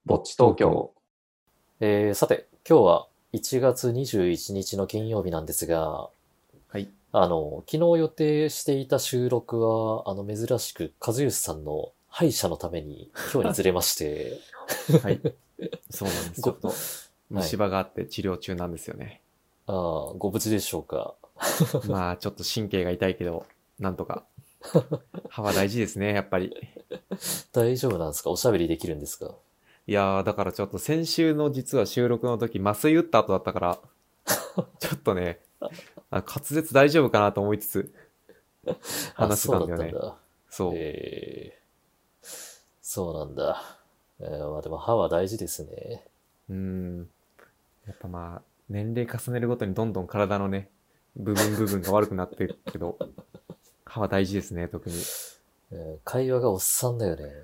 ぼっち東京。 さて、今日は1月21日の金曜日なんですが、 はい。 昨日予定していた収録は、珍しく和義さんの歯医者のために今日にずれまして、 はい。そうなんです。ちょっご、 とはい。 虫歯があって治療中なんですよね。 ご無事でしょうか？ まあちょっと神経が痛いけど、なんとか。歯は大事ですね、やっぱり。 大丈夫なんですか？おしゃべりできるんですか？ いやー、だからちょっと先週の実は収録の時麻酔打った後だったから、ちょっとね、滑舌大丈夫かなと思いつつあ、 話してそうだったんだよね。 たんだ。 そえそうなんだ。まあでも歯は大事ですね。 う。やっぱまあ、年齢重ねるごとにどんどん体のね、部分が悪くなってるけど、歯は大事ですね、特に。 会話がおっさんだよね。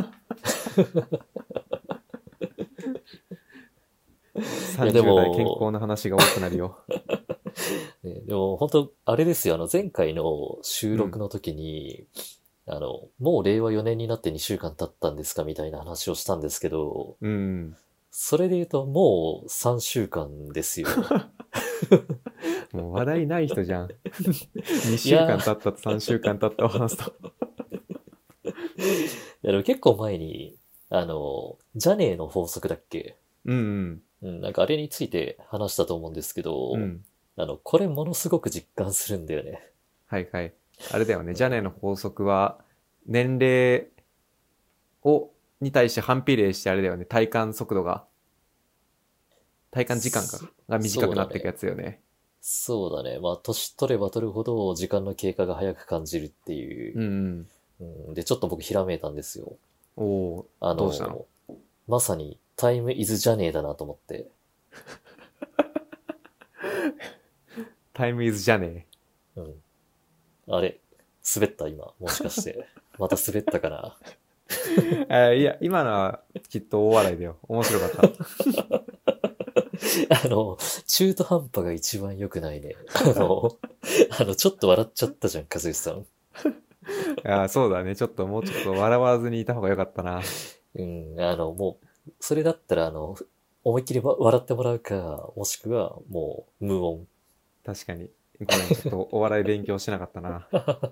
いやで 30代健康も、 な話が多くなるよ。 でも本当、あれですよ、前回の収うん。 録の時に、もう令和4年になって2週間経ったんですかみたいな話をしたんですけど、 うん。 それで言うともう3週間ですよ。 もう話題ない人じゃん。2週間いや経ったと3週間経ったを話すと。 でも結構前に、ジャネーの法則だっけ？ うんうん、なんかあれについて話したと思うんですけうん。うど、 ん。 これものすごく実感するんだよね。 はいはい。あれだよね。 うん、 ジャネの法則は、年齢を、に対して反比例してあれだよね。体感速度が、体感時間が短くなっていくやそうだね。 つだよね。 そうだね。まあ、年取れば取るほど時間の経過が早く感じるっていう。 うんうん。 うん、で、ちょっと僕ひらめいたんですよ。 おー、 あどうしたの？ の、まさにタイムイズじゃねえだなと思って。 タイムイズじゃねうん。あれ、滑った今。もしかして。また滑ったかな？ え。いや、今のはきっと大笑いだよ。面白かった。 あの、中途半端が一番良くないね。ちょっと笑っちゃったじゃん、和義さん。 そうだね。ちょっともうちょっと笑わずにいた方がよかったな。 うん、もう、それだったら、思いっきり笑ってもらうか、もしくは、もう、無音。 確かに。ごめん、ちょっとお笑い勉強しなかったな。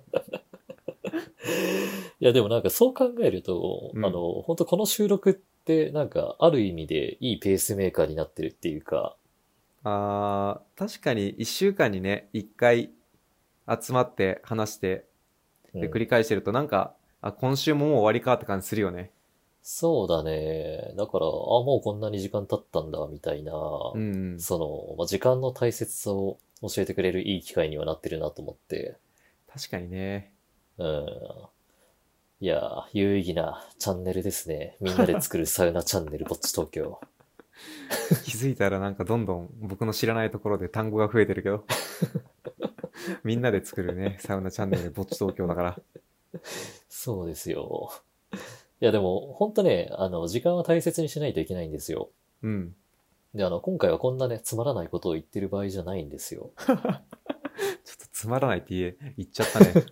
いや、でもなんかそう考えると、 うん。 本当この収録ってなんかある意味でいいペースメーカーになってるっていうか、 確かに一週間にね、一回集まって話して、で、繰うん。 り返してるとなんか、今週ももう終わりかって感じするよね。 そうだね。だから、もうこんなに時間経ったんだ、みたいな、 うんうん。 まあ、時間の大切さを教えてくれるいい機会にはなってるなと思って、 確かにね。 うん。いやー、有意義なチャンネルですね。みんなで作るサウナチャンネル、ぼっち東京。 気づいたらなんかどんどん僕の知らないところで単語が増えてるけど、みんなで作るね、サウナチャンネルぼっち東京だから。 そうですよ。いや、でも、ほんとね、時間は大切にしないといけないんですよ。 うん。 で、今回はこんなね、つまらないことを言ってる場合じゃないんですよ。 ちょっとつまらないって言っちゃったね。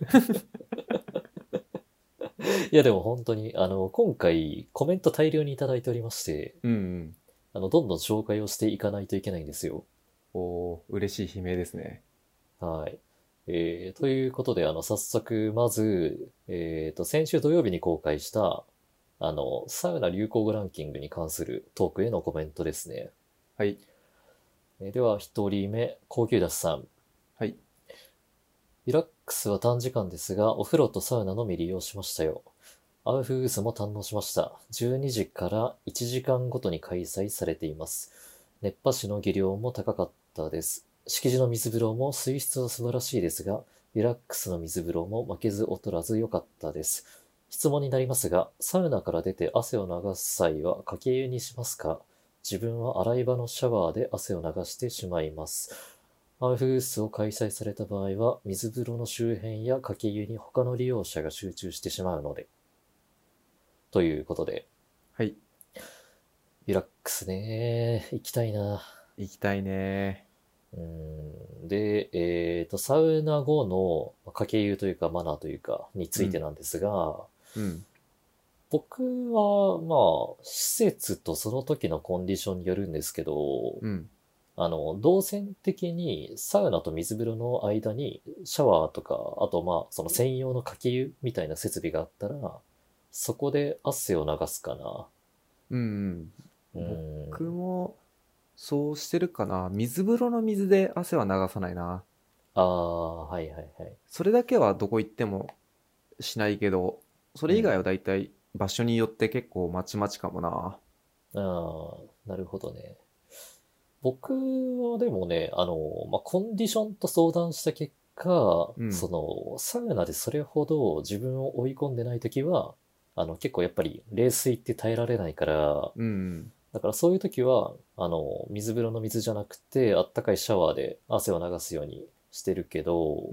いや、でも本当に、今回コメント大量にいただいておりまして、 うんうん。 どんどん紹介をしていかないといけないんですよ。 嬉しい悲鳴ですね。 はい。ということで、早速、まず、先週土曜日に公開した、サウナ流行語ランキングに関するトークへのコメントですね。 はい。 では、一人目、高級ダスさん。 はい。 リラックスは短時間ですが、お風呂とサウナのみ利用しましたよ。アウフグースも堪能しました。12時から1時間ごとに開催されています。熱波師の技量も高かったです。敷地の水風呂も水質は素晴らしいですが、リラックスの水風呂も負けず劣らず良かったです。質問になりますが、サウナから出て汗を流す際はかけ湯にしますか？自分は洗い場のシャワーで汗を流してしまいます。アウフグースを開催された場合は、水風呂の周辺やかけ湯に他の利用者が集中してしまうので、ということで、 はい。 リラックスね、行きたいな。 行きたいね。 で、サウナ後のかけ湯というかマナーというかにつうん。 いてなんですが、 うん。 僕は、まあ、施設とその時のコンディションによるんですけど、 うん。 動線的にサウナと水風呂の間にシャワーとか、あとまあ、その専用のかけ湯みたいな設備があったら、そこで汗を流すかな。 うんうん。 うん。 僕もそうしてるかな。水風呂の水で汗は流さないな。 ああ、はいはいはい。 それだけはどこ行ってもしないけど、それ以外はうん。 だいたい場所によって結構まちまちかもな。 ああ、なるほどね。僕はでもね、まあ、コンディションと相談した結果、 うん。 サウナでそれほど自分を追い込んでない時は、結構やっぱり冷水って耐えられないから、 うん。 だからそういう時は、水風呂の水じゃなくて、あったかいシャワーで汗を流すようにしてるけど、 うん。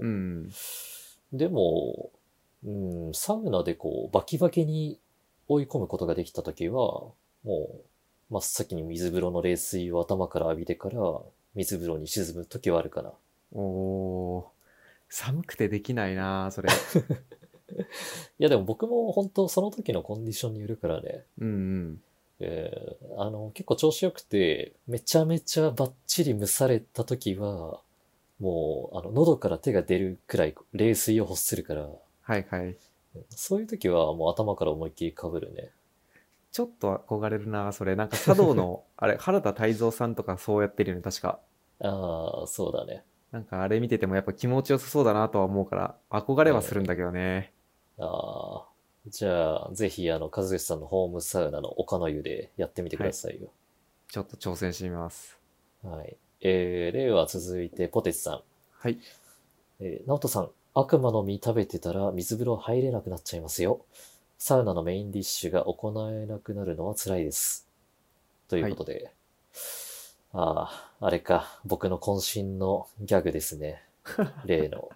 でも、うん、サウナでこう、バキバキに追い込むことができた時は、もう、真っ先に水風呂の冷水を頭から浴びてから、水風呂に沈む時はあるかな。 おー。寒くてできないな、それ。 いやでも僕も本当その時のコンディションによるからね、 うんうん。 結構調子良くて、めちゃめちゃバッチリ蒸された時は、もう、喉から手が出るくらい冷水を欲するから、 はいはい。 そういう時はもう頭から思いっきり被るね。 ちょっと憧れるな、それ。なんか茶道の、あれ、原田泰造さんとかそうやってるよね、確か。 ああ、そうだね。 なんかあれ見ててもやっぱ気持ちよさそうだなとは思うから、憧れはするんだけどね。 ああ、じゃあ、ぜひ、和義さんのホームサウナの岡の湯でやってみてくはい。 ださいよ。 ちょっと挑戦してみます。 はい。では続いて、ポテチさん。 はい。 ナオトさん、悪魔の実食べてたら水風呂入れなくなっちゃいますよ。サウナのメインディッシュが行えなくなるのは辛いです。というはい。 ことで、ああ、あれか、僕の渾身のギャグですね。例の。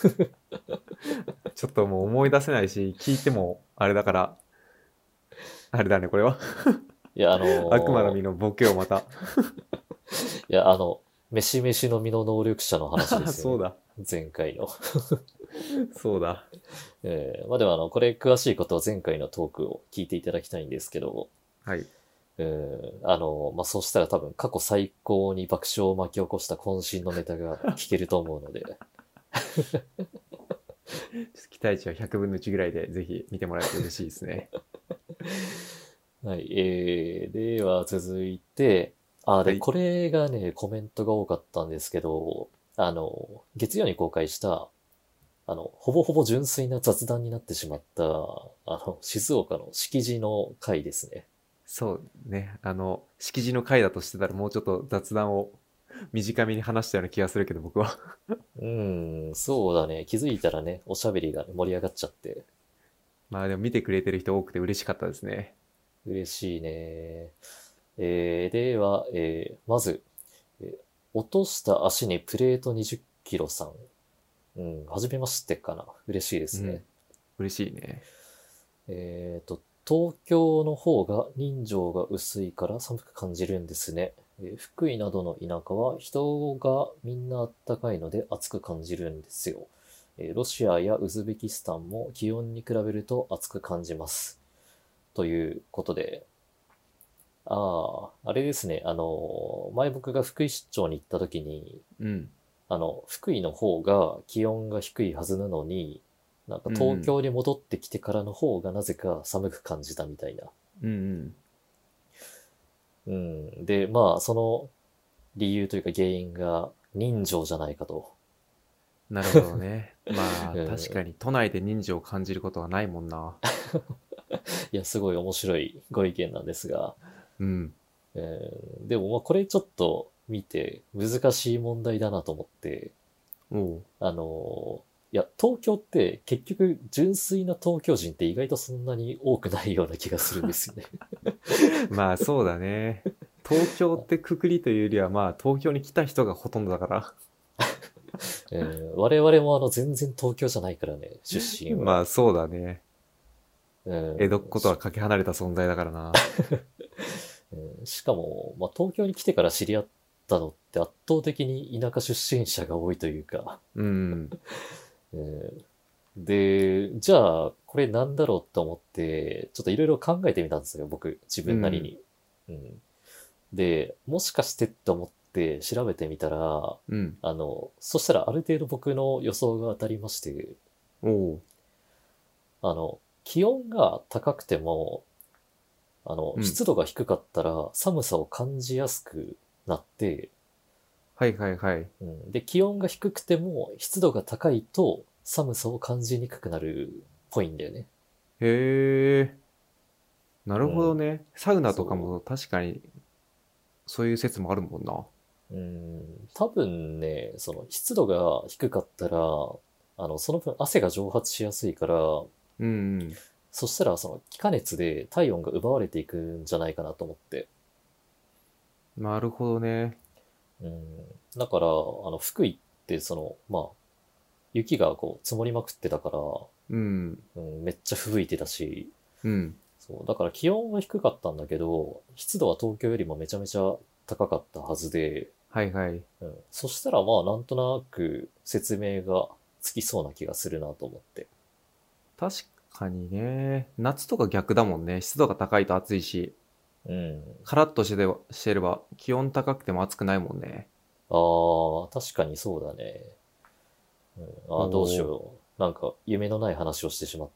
ちょっともう思い出せないし、聞いてもあれだから、あれだね、これは。 いや、 悪魔の実のボケをまた。 いや、飯飯の実の能力者の話ですよね。 そうだ。 前回の。 そうだ。 まあでもこれ詳しいことは前回のトークを聞いていただきたいんですけど、 はい。 まあそうしたら多分過去最高に爆笑を巻き起こした渾身のネタが聞けると思うので、 ちょっと期待値は100分の1ぐらいで、ぜひ見てもらえると嬉しいですね。 はい、では続いて、で、 はい。 これがね、コメントが多かったんですけど、月曜に公開した、ほぼほぼ純粋な雑談になってしまった、静岡の敷地の回ですね。 そうね。敷地の回だとしてたらもうちょっと雑談を短めに話したような気がするけど、僕は。 そうだね。気づいたらね、おしゃべりが盛り上がっちゃって、 まあでも見てくれてる人多くて嬉しかったですね。 嬉しいね。では、まず、えー落とした足にプレート20キロさん。はじめましてかな。嬉しいですね。 うん。嬉しいね。 東京の方が人情が薄いから寒く感じるんですね。福井などの田舎は人がみんなあったかいので暑く感じるんですよ。ロシアやウズベキスタンも気温に比べると暑く感じます。ということで、あれですね。前僕が福井出張に行った時に、 うん。 福井の方が気温が低いはずなのに、なんか東うんうん。 京に戻ってきてからの方がなぜか寒く感じたみたいな。 うんうん。 うん。で、まあ、その理由というか原因が人情じゃないかと。 なるほどね。まあうん。 確かに都内で人情を感じることはないもんな。 いや、すごい面白いご意見なんですが、 うん。 でもまあこれちょっと見て難しい問題だなと思って、 おう。 あのいや、東京って結局純粋な東京人って意外とそんなに多くないような気がするんですよね。 まあそうだね。東京ってくくりというよりはまあ東京に来た人がほとんどだから。 我々も全然東京じゃないからね、出身は。 まあそうだね。 うん、 江戸っ子とはかけ離れた存在だからな。 しかも、まあ、東京に来てから知り合ったのって圧倒的に田舎出身者が多いというか、 うん。 うんで、じゃあ、これなんだろうと思って、ちょっといろいろ考えてみたんですよ、僕、自分なりに。うん。で、もしかしてって思って調べてみたら、 うん。 そしたらある程度僕の予想が当たりまして、 おお。 気温が高くても、 うん。 湿度が低かったら寒さを感じやすくなって、 はいはいはい。 うん、で、気温が低くても湿度が高いと寒さを感じにくくなるっぽいんだよね。 へえ。なるほどうん。 ね。サウナとかそも確かにそういう説もあるもんな。 う。うん。多分ね、その湿度が低かったら、その分汗が蒸発しやすいから、 うんうん。 そしたらその気化熱で体温が奪われていくんじゃないかなと思って。 なるほどね。 うん。だから、福井って雪がこう積もりまくってたから、 うん。 うん、めっちゃ吹雪いてたし、 うん。 そう、だから気温は低かったんだけど、湿度は東京よりもめちゃめちゃ高かったはずで、 はいはい。 うん、そしたらまあなんとなく説明がつきそうな気がするなと思って。 確かにね。夏とか逆だもんね。湿度が高いと暑いし、 うん。 カラッとしてれば気温高くても暑くないもんね。 ああ、確かにそうだね。うん、ああ、どうしおお。 よう。なんか夢のない話をしてしまった。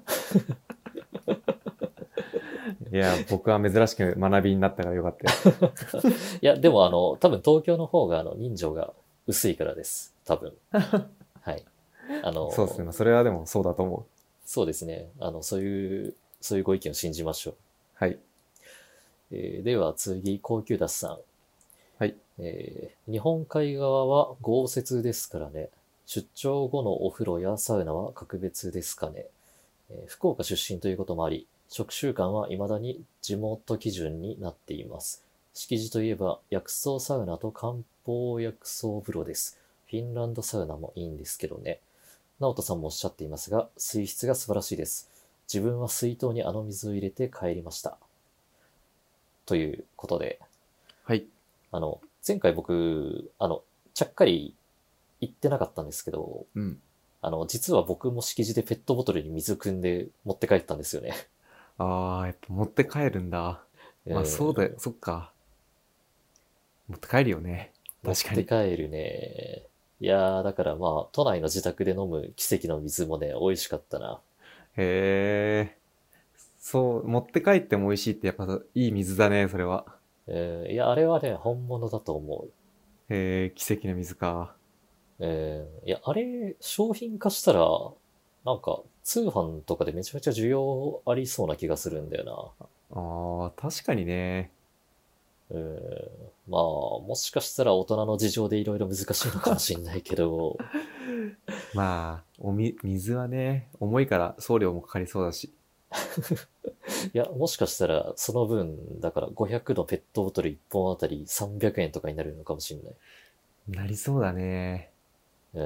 いや、僕は珍しく学びになったからよかったよ。 いや、でも多分東京の方が人情が薄いからです。多分。はい。あの、 そうっすね。それはでもそうだと思う。 そうですね。そういうご意見を信じましょう。 はい。 では次、高級ダスさん。 はい。 日本海側は豪雪ですからね。出張後のお風呂やサウナは格別ですかね。福岡出身ということもあり、食習慣は未だに地元基準になっています。敷地といえば薬草サウナと漢方薬草風呂です。フィンランドサウナもいいんですけどね。直人さんもおっしゃっていますが、水質が素晴らしいです。自分は水筒にあの水を入れて帰りました。ということで、 はい。 前回僕、ちゃっかり言ってなかったんですけど、 うん。 実は僕も敷地でペットボトルに水汲んで持って帰ったんですよね。 あー、やっぱ持って帰るんだ。 うまあそうだよ。 ん、 そっか。持って帰るよね。 持っ確かに。 て帰るね。いやー、だからまあ、都内の自宅で飲む奇跡の水もね、美味しかったな。 へえ。そう、持って帰っても美味しいってやっぱいい水だね、それは。 いや、あれはね、本物だと思う。 へえ、奇跡の水か。 いや、あれ、商品化したら、なんか、通販とかでめちゃめちゃ需要ありそうな気がするんだよあー、確かにね。 な。まあ、もしかしたら大人の事情でいろいろ難しいのかもしれないけど、 まあ、水はね、重いから送料もかかりそうだし。 いや、もしかしたらその分、だから500のペットボトル1本あたり300円とかになるのかもしれない。 なりそうだね。 うん、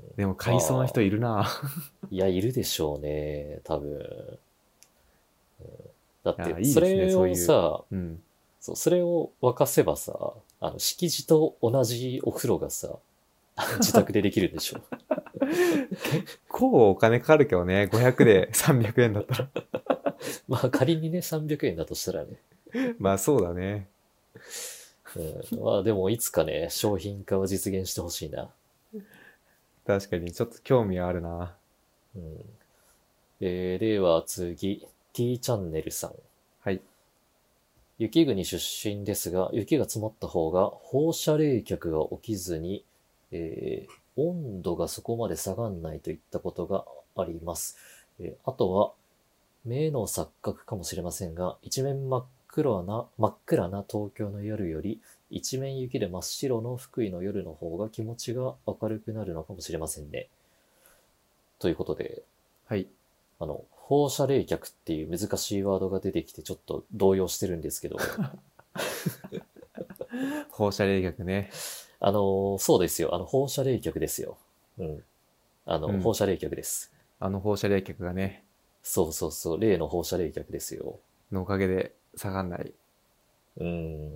でもま買いそうな人いあ、 るな。 いや、いるでしょうね、多分。だっいや、 て、 いいですね、 それそういう。 をさ、 うん。 そう、それを沸かせばさ、敷地と同じお風呂がさ、自宅でできるんでしょ。 結構お金かかるけどね。500で300円だったら。 まあ仮にね、300円だとしたらね。 まあそうだね。 まあでもいつかね、商品化を実現してほしいな。 確かに、ちょっと興味はあるな。 うん、では次、T チャンネルさん。 はい。 雪国出身ですが、雪が積もった方が放射冷却が起きずに、温度がそこまで下がんないといったことがあります。あとは、目の錯覚かもしれませんが、一面真っ暗な東京の夜より、一面雪で真っ白の福井の夜の方が気持ちが明るくなるのかもしれませんね。ということで、 はい。 放射冷却っていう難しいワードが出てきてちょっと動揺してるんですけど、 放射冷却ね。 そうですよ。放射冷却ですよ。うん。 うん。 放射冷却です。 あの放射冷却がね、 そうそうそう。例の放射冷却ですよ。 のおかげで下がんない。 うん。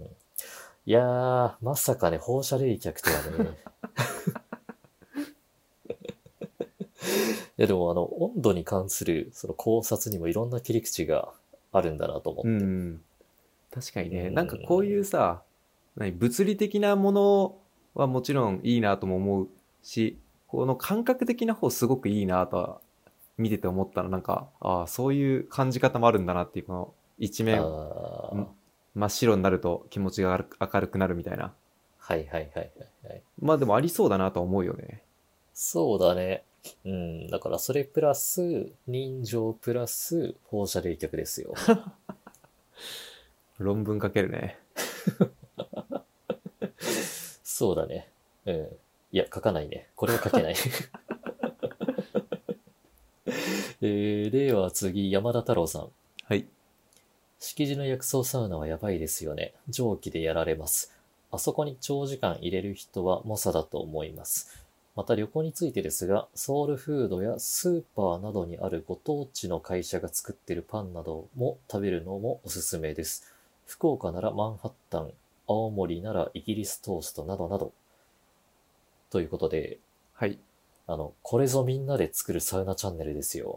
いやー、まさかね、放射冷却とはね。 やでも温度に関するその考察にもいろんな切り口があるんだなと思うって。 ん。確かにうね。なんかこういん。 うさ、物理的なものはもちろんいいなとも思うし、この感覚的な方すごくいいなとは見てて思ったの。なんか、ああ、そういう感じ方もあるんだなっていう、この一あ面、 あ、 真っ白になると気持ちが明るくなるみたいな。 はいはいはいはいはい。 まあでもありそうだなとは思うよね。 そうだね。うん。だからそれプラス、人情プラス放射冷却ですよ。 論文書けるね。 そうだね。うん。いや、書かないね。これは書けない。では次、山田太郎さん。 はい。 敷地の薬草サウナはやばいですよね。蒸気でやられます。あそこに長時間入れる人は猛者だと思います。また旅行についてですが、ソウルフードやスーパーなどにあるご当地の会社が作っているパンなども食べるのもおすすめです。福岡ならマンハッタン、青森ならイギリストーストなどなど。ということで、 はい。 これぞみんなで作るサウナチャンネルですよ。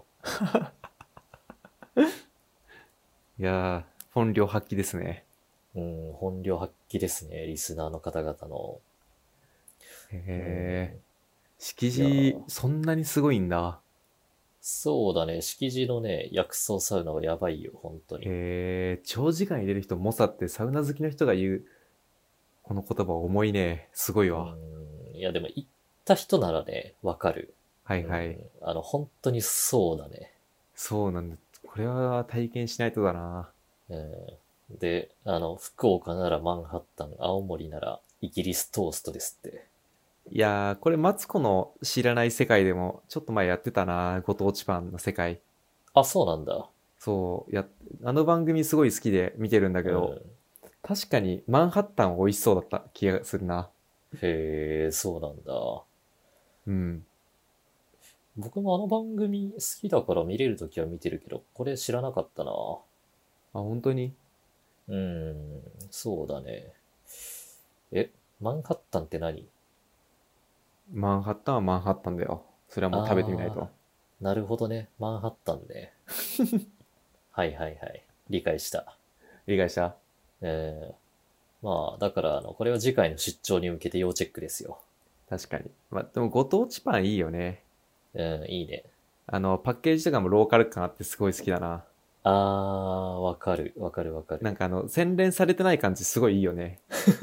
いやー、本領発揮ですね。 うん、本領発揮ですね、リスナーの方々の。 へうえ。 ん、 敷いや地、 ー、 そんなにすごいんだ。 そうだね。敷地のね、薬草サウナはやばいよ、本当に。 へえ、長時間入れる人、猛者ってサウナ好きの人が言う、この言葉重いね。すごいうわ。 いや、でも行った人ならね、わかる。 はいはい。 本当にそうだね。 そうなんだ。これは体験しないとだな。 で、福岡ならマンハッタン、青森ならイギリストーストですって。 いやー、これマツコの知らない世界でも、ちょっと前やってたな。ご当地パンの世界。 あ、そうなんだ。 そう、あの番組すごい好きで見てるんだけど、 うん。 確かにマンハッタン美味しそうだった気がするな。 へえ、そうなんだ。 うん。 僕もあの番組好きだから見れるときは見てるけど、これ知らなかったな。 あ、本当にそうだね。え、マンハッタンって何？ マンハッタンはマンハッタンだよ。それはもう食べてみないと。 あー、なるほどね。マンハッタンね。はいはいはい。理解した。 理解した？ えまあ、だから、これは次回の出張に向けて要チェックですよ。 確かに。まあ、でもご当地パンいいよね。 いいね。 パッケージとかもローカル感あってすごい好きだな。 あー、わかる、わかるわかる。 なんか洗練されてない感じすごいいいよね。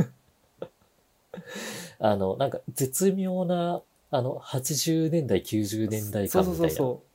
なんか絶妙な、80年代、90年代そうそう感みたいな。 そうそう。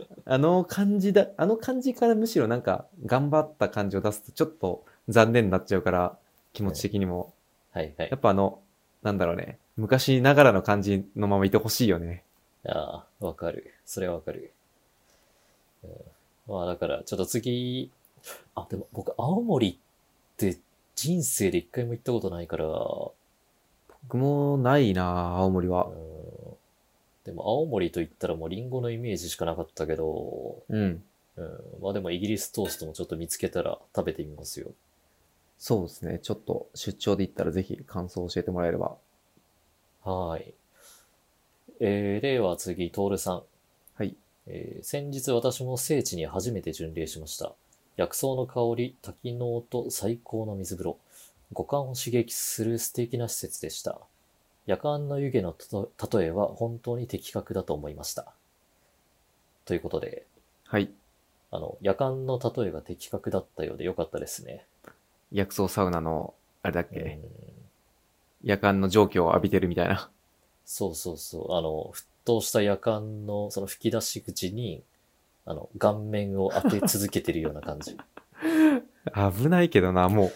あの感じからむしろなんか頑張った感じを出すとちょっと残念になっちゃうから気持ちうん、 的にも。 はいはい。 やっぱなんだろうね。昔ながらの感じのままいてほしいよね。 あー、わかる。それはわかる。まあだから、ちょっと次、あ、でも僕、青森って人生で一回も行ったことないから、 僕もないな青森うは。 ん、でも青森と言ったらもうリンゴのイメージしかなかったけど、 うん。 まあでもイギリストーストもちょっと見つけたら食べてみますよ。 そうですね。ちょっと出張で行ったらぜひ感想を教えてもらえれば。 はーい。では次、トールさん。 はい。 先日私も聖地に初めて巡礼しました。薬草の香り、滝の音、最高の水風呂。五感を刺激する素敵な施設でした。夜間の湯気の例えは本当に的確だと思いました。ということで、 はい。 夜間の例えが的確だったようでよかったですね。 薬草サウナの、あれだっうん、 け？夜間の蒸気を浴びてるみたいな。 そうそうそう。沸騰した夜間のその吹き出し口に、顔面を当て続けてるような感じ。 危ないけどな、も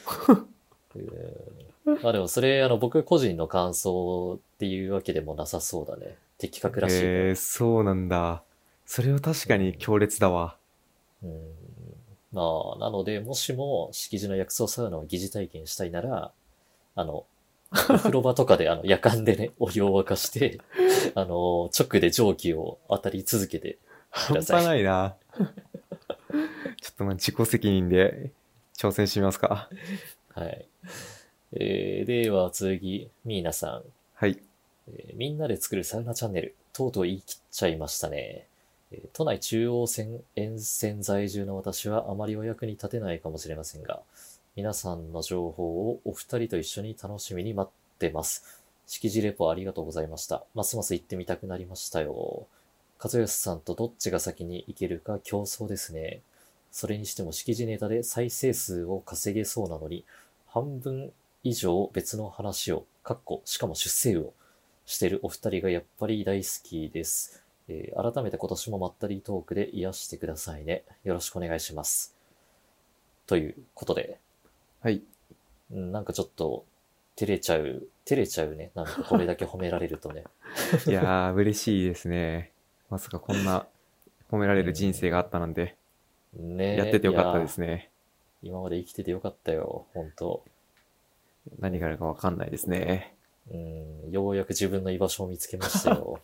まあでもそれ、僕個人の感想っていうわけでもなさそうだね。的確う。 らしいな。 そうなんだ。それは確うん。 かに強烈だわ。 うん。まあ、なので、もしも、敷地の薬草サウナを疑似体験したいなら、お風呂場とかで夜間でね、お湯を沸かして、直で蒸気を当たり続けてください。 半端ないな。ちょっとまあ自己責任で挑戦してみますか。 はい。では次、ミーナさん。 はい。 みんなで作るサウナチャンネル、とうとう言い切っちゃいましたね。都内中央線沿線在住の私はあまりお役に立てないかもしれませんが、皆さんの情報をお二人と一緒に楽しみに待ってます。敷地レポありがとうございました。ますます行ってみたくなりましたよ。和義さんとどっちが先に行けるか競争ですね。それにしても敷地ネタで再生数を稼げそうなのに、半分以上別の話を、しかも出世をしてるお二人がやっぱり大好きです。改めて今年もまったりトークで癒してくださいね。よろしくお願いします。ということで、 はい。 なんかちょっと照れちゃうね。なんかこれだけ褒められるとね。 いやー、嬉しいですね。まさかこんな褒められる人生があったなんて、 ねやっててよかったでいすね。 や今まで生きててよかったよ。本当何があるかわかんないですね。 ようやく自分の居場所を見つけましたよ。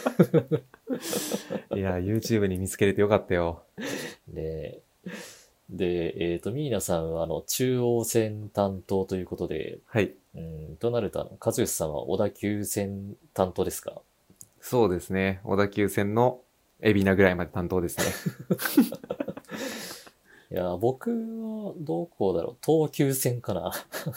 いやー、YouTube に見つけれてよかったよ。 で、ミーナさんは中央線担当ということで、 はい。 となると和義さんは小田急線担当ですか？ そうですね。小田急線の海老名ぐらいまで担当ですね。 いや、僕はどこだろう。東急線かな。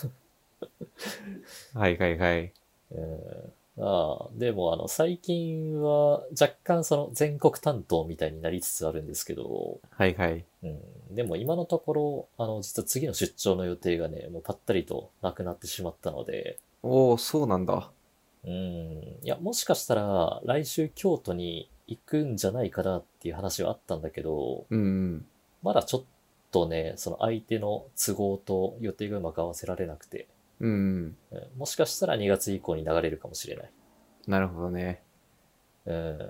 はいはいはい。 でも最近は若干その全国担当みたいになりつつあるんですけど、 はいはい。 でも今のところ、実は次の出張の予定がね、もうぱったりとなくなってしまったので、 おー、そうなんだ。 いや、もしかしたら来週京都に行くんじゃないかなっていう話はあったんだけど、 うんうん。 まだちょっとね、その相手の都合と予定がうまく合わせられなくて、 うんうん。 もしかしたら2月以降に流れるかもしれない。 なるほどね。 うん、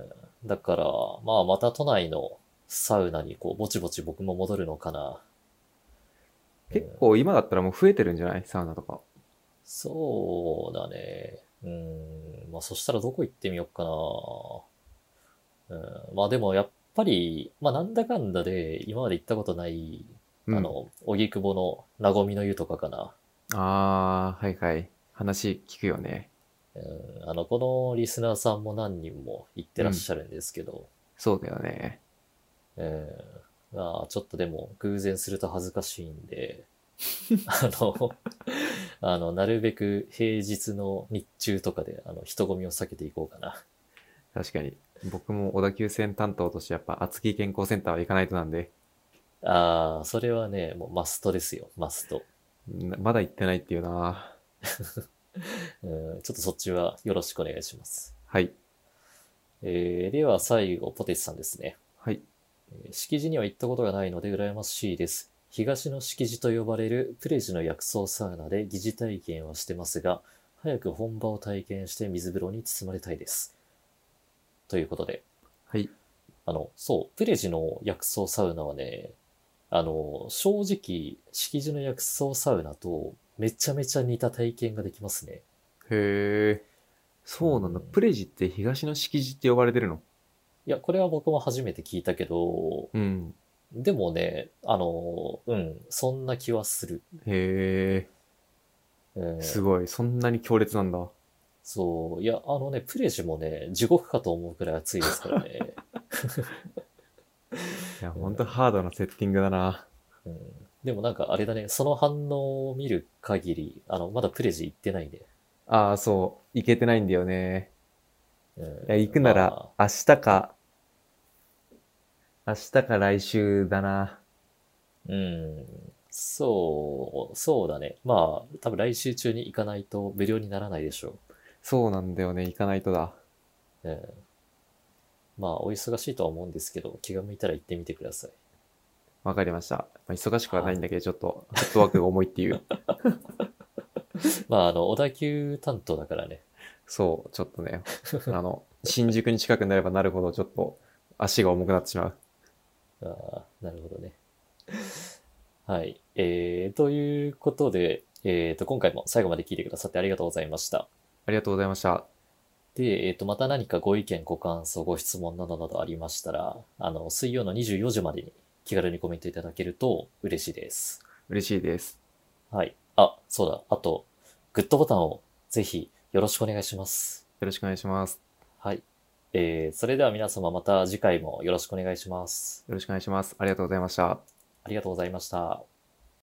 だから、まあまた都内のサウナにこう、ぼちぼち僕も戻るのかな。 結構今だったらもう増えてるんじゃないサウナとか。 そうだね。まあそしたらどこ行ってみようかな。まあでもやっぱり、まあなんだかんだで今まで行ったことない、 うん。 荻窪のなごみの湯とかかな。 あー、はいはい。話聞くよね。 このリスナーさんも何人も行ってうん。 らっしゃるんですけど、 そうだよね。 まあちょっとでも偶然すると恥ずかしいんで、あの、なるべく平日の日中とかで、人混みを避けていこうかな。 確かに。僕も小田急線担当としてやっぱ厚木健康センターは行かないとなんで、 ああ、それはね、もうマストですよ、マスト。 まだ行ってないっていうな。 ちょっとそっちはよろしくお願いします。 はい。 では最後、ポテチさんですね。 はい。 敷地には行ったことがないので羨ましいです。東の敷地と呼ばれるプレジの薬草サウナで疑似体験はしてますが、早く本場を体験して水風呂に包まれたいです。ということで、 はい。 そう、プレジの薬草サウナはね、正直、敷地の薬草サウナとめちゃめちゃ似た体験ができますね。 へえ。 うん、 そうなんだ。プレジって東の敷地って呼ばれてるの？ いや、これは僕も初めて聞いたけど、 うん。 でもね、そんな気はする。 へえ。 うん、 すごい。そんなに強烈なんだ。 そう、いや、プレジもね、地獄かと思うくらい暑いですからね。 いや、 うほんとハードなセッティングだな。 ん、でもなんかあれだね、その反応を見る限り、まだプレジ行ってないね。 ああ、そう。行けてないんだよね。いや、行くならま明日か来週だな。 そうだね。まあ、多分来週中に行かないと無料にならないでしょそうなんだよね。行かないとだ。 う。まあ、お忙しいとは思うんですけど、気が向いたら行ってみてください。 わかりました。まあ、忙しくはなはい。 いんだけど、ちょっと、フットワークが重いっていう。 まあ、小田急担当だからね。 そう、ちょっとね、新宿に近くなればなるほど、ちょっと、足が重くなってしまう。 なるほどね。はい。ということで、今回も最後まで聞いてくださってありがとうございました。 ありがとうございました。 で、また何かご意見、ご感想、ご質問などなどありましたら、水曜の24時までに気軽にコメントいただけると嬉しいです。 嬉しいです。 はい。あ、そうだ。あと、グッドボタンをぜひよろしくお願いします。 ろしくお願いします。 はい。それでは皆様また次回もよろしくお願いします。 よろしくお願いします。ありがとうございました。 ありがとうございました。